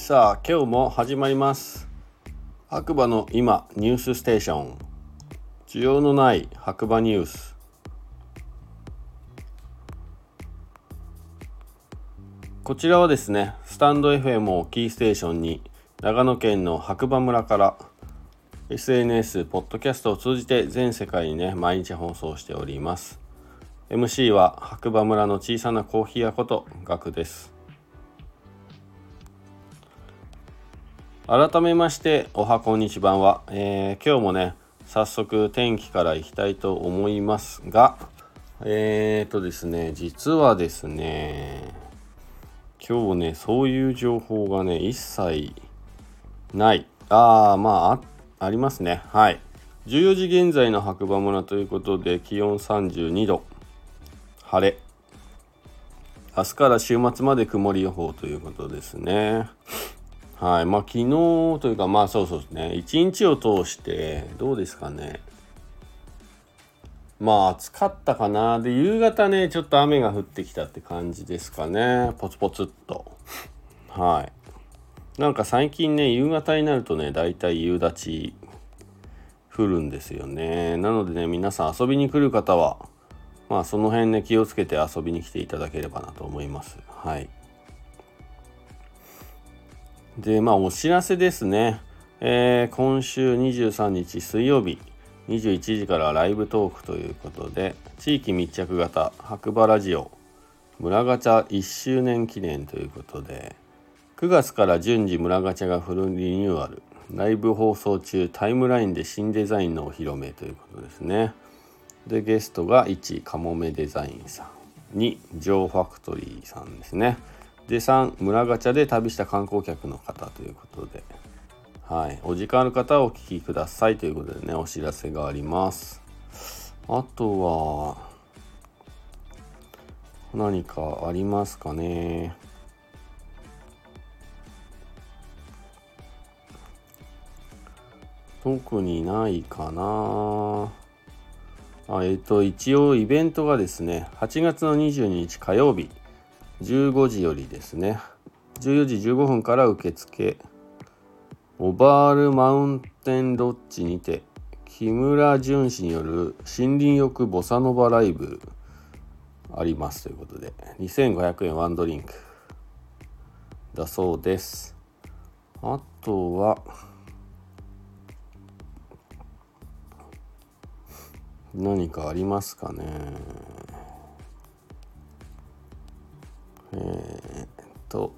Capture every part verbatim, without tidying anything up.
さあ今日も始まります。白馬の今ニュースステーション、需要のない白馬ニュース。こちらはですね、スタンド エフエム をキーステーションに長野県の白馬村から エスエヌエス、ポッドキャストを通じて全世界にね毎日放送しております。 エムシー は白馬村の小さなコーヒー屋ことガクです。改めましておはこんにちばんは、えー、今日もね早速天気からいきたいと思いますが、えーとですね実はですね今日ねそういう情報がね一切ないあーまあ あ, ありますね。はい、じゅうよじ現在の白馬村ということで気温さんじゅうにど、晴れ、明日から週末まで曇り予報ということですね。はい、まあ昨日というかまあそうそうですね、一日を通してどうですかね。まあ暑かったかな。で夕方ねちょっと雨が降ってきたって感じですかね、ポツポツっと。はい、なんか最近ね夕方になるとねだいたい夕立ち降るんですよね。なのでね皆さん遊びに来る方はまあその辺ね気をつけて遊びに来ていただければなと思います。はい。でまあお知らせですね、えー、今週にじゅうさんにち水曜日にじゅういちじからライブトークということで、地域密着型白馬ラジオ村ガチャいっしゅうねん記念ということで、くがつから順次村ガチャがフルリニューアル、ライブ放送中タイムラインで新デザインのお披露目ということですね。でゲストがいちカモメデザインさん、にジョーファクトリーさんですね。でさん村ガチャで旅した観光客の方ということで、はい、お時間ある方はお聞きくださいということでねお知らせがあります。あとは何かありますかね。特にないかなあ。えっと一応イベントがですねはちがつのにじゅうににち火曜日じゅうごじよりですねじゅうよじじゅうごふんから受付、オバールマウンテンロッジにて木村淳氏による森林浴ボサノバライブありますということで、にせんごひゃくえんワンドリンクだそうです。あとは何かありますかね。えー、っと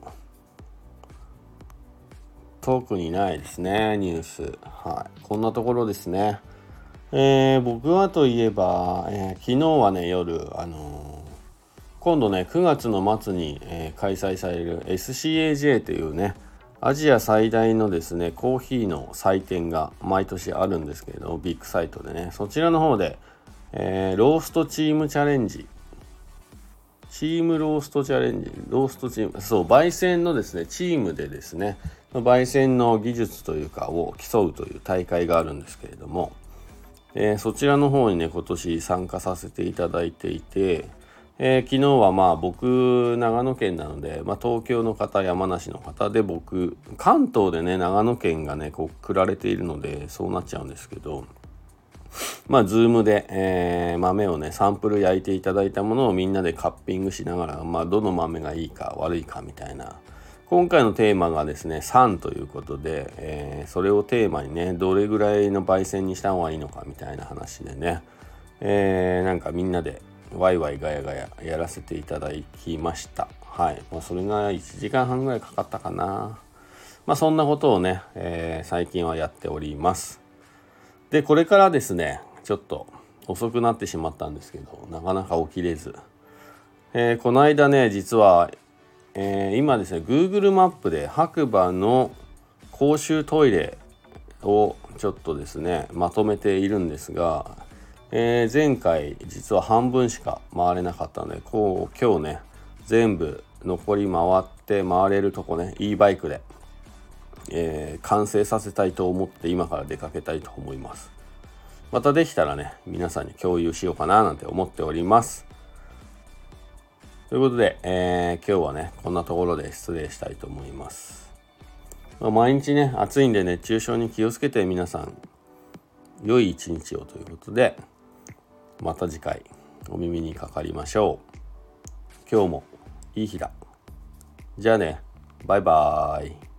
特にないですねニュース。はい、こんなところですね。えー、僕はといえば、えー、昨日はね夜あのー、今度ねくがつの末に、えー、開催される エスシーエージェー というねアジア最大のですねコーヒーの祭典が毎年あるんですけれども、ビッグサイトでねそちらの方で、えー、ローストチームチャレンジチームローストチャレンジローストチームそう焙煎のですねチームでですね焙煎の技術というかを競うという大会があるんですけれども、えー、そちらの方にね今年参加させていただいていて、えー、昨日はまあ僕長野県なので、まあ、東京の方山梨の方で、僕関東でね長野県がねこうくられているのでそうなっちゃうんですけど、まあズームで、えー、豆をねサンプル焼いていただいたものをみんなでカッピングしながら、まあどの豆がいいか悪いかみたいな、今回のテーマがですねさんということで、えー、それをテーマにねどれぐらいの焙煎にした方がいいのかみたいな話でね、えー、なんかみんなでワイワイガヤガヤやらせていただきました。はい、まあ、それがいちじかんはんぐらいかかったかな。まあそんなことをね、えー、最近はやっております。でこれからですねちょっと遅くなってしまったんですけどなかなか起きれず、えー、この間ね実は、えー、今ですね Google マップで白馬の公衆トイレをちょっとですねまとめているんですが、えー、前回実は半分しか回れなかったのでこう今日ね全部残り回って回れるとこね e バイクでえー、完成させたいと思って今から出かけたいと思います。またできたらね皆さんに共有しようかななんて思っております。ということで、えー、今日はねこんなところで失礼したいと思います。 まあ、毎日ね暑いんで熱中症に気をつけて皆さん良い一日をということで、また次回お耳にかかりましょう。今日もいい日だ。じゃあね、バイバーイ。